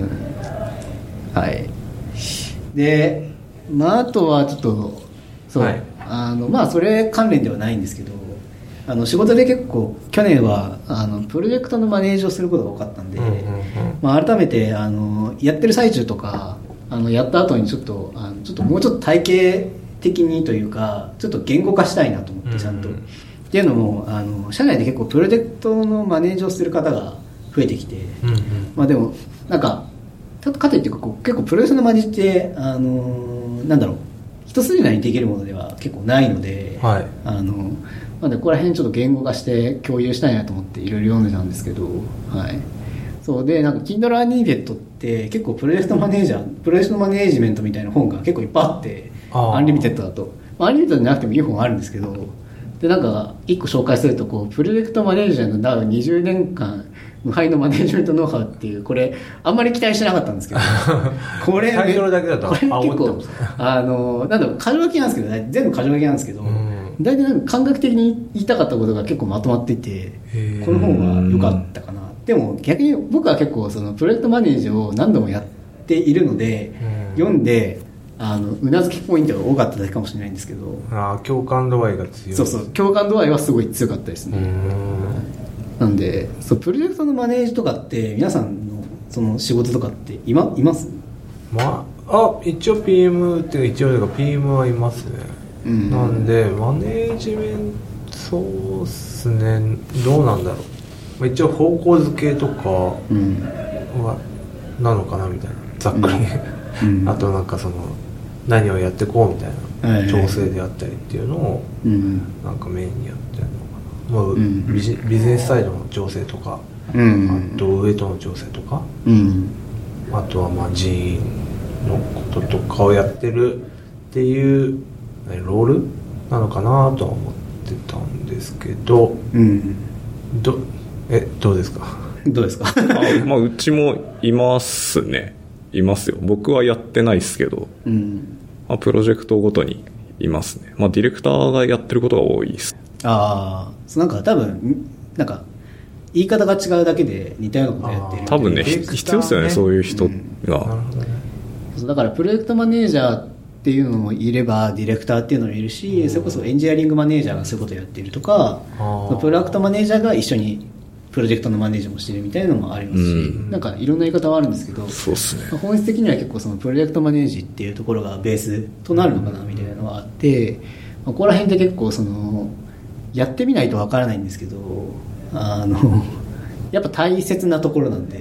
[SPEAKER 1] で、あとはちょっとそれ関連ではないんですけど、仕事で結構去年はプロジェクトのマネージをすることが多かったんで、改めてやってる最中とかやった後にちょっともうちょっと体系的にというかちょっと言語化したいなと思ってちゃんと、っていうのも社内で結構プロジェクトのマネージをする方が増えてきて、でもなんかかといって結構プロジェクトのマネージってなんだろう、一筋縄にできるものでは結構ないので、ここら辺ちょっと言語化して共有したいなと思っていろいろ読んでたんですけど、そうでなんか Kindle Unlimited って結構プロジェクトマネージメントみたいな本が結構いっぱいあって、アンリミテッドだと、アンリミテッドじゃなくてもいい本あるんですけど、でなんか一個紹介するとプロジェクトマネージャーのダウ20年間無敗のマネージメントノウハウっていう、これあんまり期待してなかったんですけどこれ
[SPEAKER 2] タイトルだけだと
[SPEAKER 1] これ結構なんだろう、箇条書きなんですけど、全部箇条書きなんですけど、大体なんか感覚的に言いたかったことが結構まとまっていて、この本は良かったかな。でも逆に僕は結構そのプロジェクトマネージを何度もやっているので、読んでうなずきポイントが多かっただけかもしれないんですけど、
[SPEAKER 2] 共感度合いが強い。
[SPEAKER 1] 共感度合いはすごい強かったですね。なんでプロジェクトのマネージとかって皆さんのその仕事とかっています？
[SPEAKER 2] 一応 PM っていうか PM はいますね。なんでマネージメント、そうっすね、どうなんだろう、一応方向づけとかはなのかなみたいな、ざっくり、あとなんかその何をやってこうみたいな調整であったりっていうのをなんかメインにやってるのかな、ビジネスサイドの調整とか、あと上との調整とか、あとは人員のこととかをやってるっていうロールなのかなとは思ってたんですけど、どうですか？
[SPEAKER 1] どうですか？
[SPEAKER 3] うちもいますね。いますよ。僕はやってないですけど、プロジェクトごとにいますね。ディレクターがやってることが多いです。
[SPEAKER 1] なんか多分なんか言い方が違うだけで似たようなことやってる。
[SPEAKER 3] 多分ね、必要ですよね、そういう人が。
[SPEAKER 1] だからプロジェクトマネージャーっていうのもいればディレクターっていうのもいるし、それこそエンジニアリングマネージャーがそういうことをやっているとか、プロダクトマネージャーが一緒にプロジェクトのマネージャーもしてるみたいなのもありますし、なんかいろんな言い方はあるんですけど、
[SPEAKER 3] そうっすね、
[SPEAKER 1] 本質的には結構そのプロジェクトマネージっていうところがベースとなるのかなみたいなのがあって、ここら辺って結構そのやってみないとわからないんですけど、やっぱ大切なところなんで、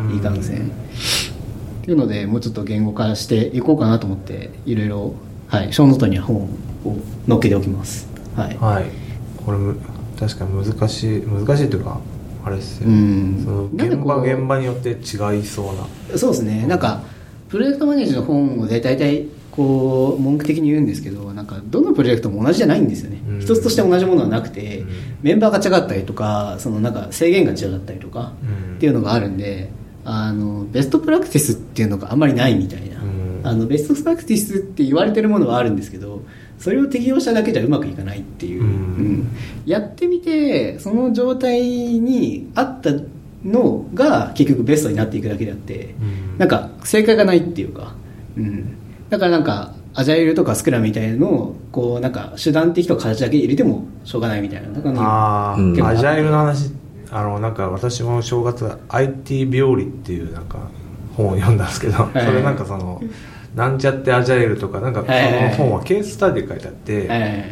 [SPEAKER 1] いかんせんっていうので、もうちょっと言語化していこうかなと思って、いろいろ、はい、ショーノートには本を載っけておきます。はい、はい、
[SPEAKER 2] これ確かに難しいというかあれですよ、その現場によって違いそうな。
[SPEAKER 1] そうですね、なんかプロジェクトマネージの本で大体こう文句的に言うんですけど、なんかどのプロジェクトも同じじゃないんですよね、一つとして同じものはなくて、メンバーが違ったりとか、そのなんか制限が違ったりとかっていうのがあるんで、ベストプラクティスっていうのがあんまりないみたいな、ベストプラクティスって言われてるものはあるんですけど、それを適用しただけじゃうまくいかないっていう、やってみてその状態に合ったのが結局ベストになっていくだけであって、なんか正解がないっていうか、だからなんかアジャイルとかスクラムみたいなのをこうなんか手段的とか形だけ入れてもしょうがないみたいな。だから
[SPEAKER 2] アジャイルの話、なんか私も正月 IT 病理っていうなんか本を読んだんですけど、それなんかそのなんちゃってアジャイルとかなんかその本はケーススタディ書いてあって、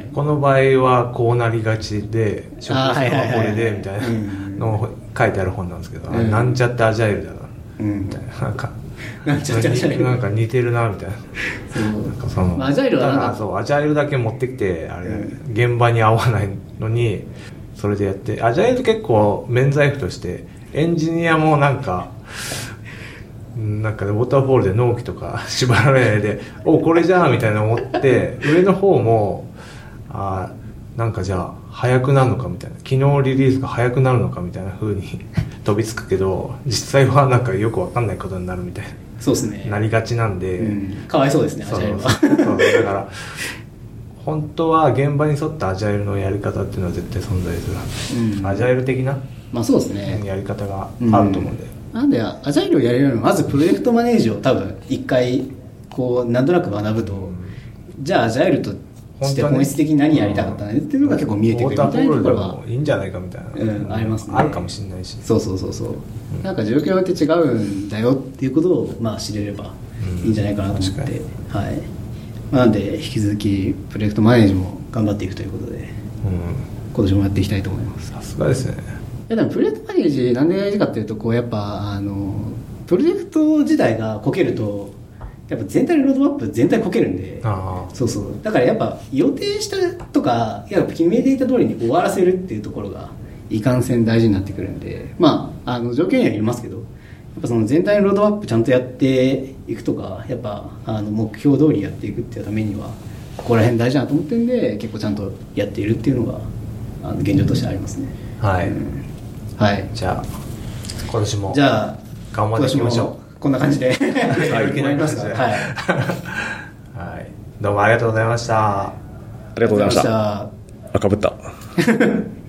[SPEAKER 2] この場合はこうなりがちで職種はこれでみたいなのを書いてある本なんですけど、なんちゃってアジャイルだなみたいな、なんか似てるなみたいな。なんかその
[SPEAKER 1] アジャイルはなんか
[SPEAKER 2] そうアジャイルだけ持ってきてあれ、現場に合わないのにそれでやって、アジャイルって結構免罪符としてエンジニアもなんかウォーターフォールで納期とか縛られないでおこれじゃんみたいな思って上の方もなんかじゃあ早くなるのかみたいな、昨日リリースが早くなるのかみたいな風に飛びつくけど、実際はなんかよく分かんないことになるみたいな、
[SPEAKER 1] そうですね、
[SPEAKER 2] なりがちなんで、
[SPEAKER 1] かわいそうですね、アジャイルは。
[SPEAKER 2] そうだから本当は現場に沿ったアジャイルのやり方っていうのは絶対存在する、アジャイル的な、
[SPEAKER 1] そうですね、
[SPEAKER 2] やり方があると思うんで、
[SPEAKER 1] なんでアジャイルをやれるのはまずプロジェクトマネージを多分一回こうなんとなく学ぶと、じゃあアジャイルとして本質的に何やりたかったねっていうのが結構見えてくるみたいなところはい
[SPEAKER 2] いんじゃないかみたいな、
[SPEAKER 1] ありますね、
[SPEAKER 2] あるかもしれないし、
[SPEAKER 1] そう、なんか状況によって違うんだよっていうことを知れればいいんじゃないかなと思って、はい、なんで引き続きプロジェクトマネージも頑張っていくということで、今年もやっていきたいと思います。
[SPEAKER 2] さすがですね。
[SPEAKER 1] いやでもプロジェクトマネージなんで大事かっていうと、こうやっぱプロジェクト自体がこけるとやっぱ全体のロードマップ全体こけるんで、そうだからやっぱ予定したとかやっぱ決めていた通りに終わらせるっていうところがいかんせん大事になってくるんで、状況にはよりますけど、やっぱその全体のロードマップちゃんとやっていくとか、やっぱ目標通りやっていくっていうためにはここら辺大事だなと思ってるんで、結構ちゃんとやっているっていうのが現状としてありますね。
[SPEAKER 2] はい、
[SPEAKER 1] はい、
[SPEAKER 2] じゃあ今年も頑張っていきましょう。
[SPEAKER 1] こんな感じで
[SPEAKER 2] 思いますか。はい、どうもありがとうございました。
[SPEAKER 3] ありがとうございました。かぶった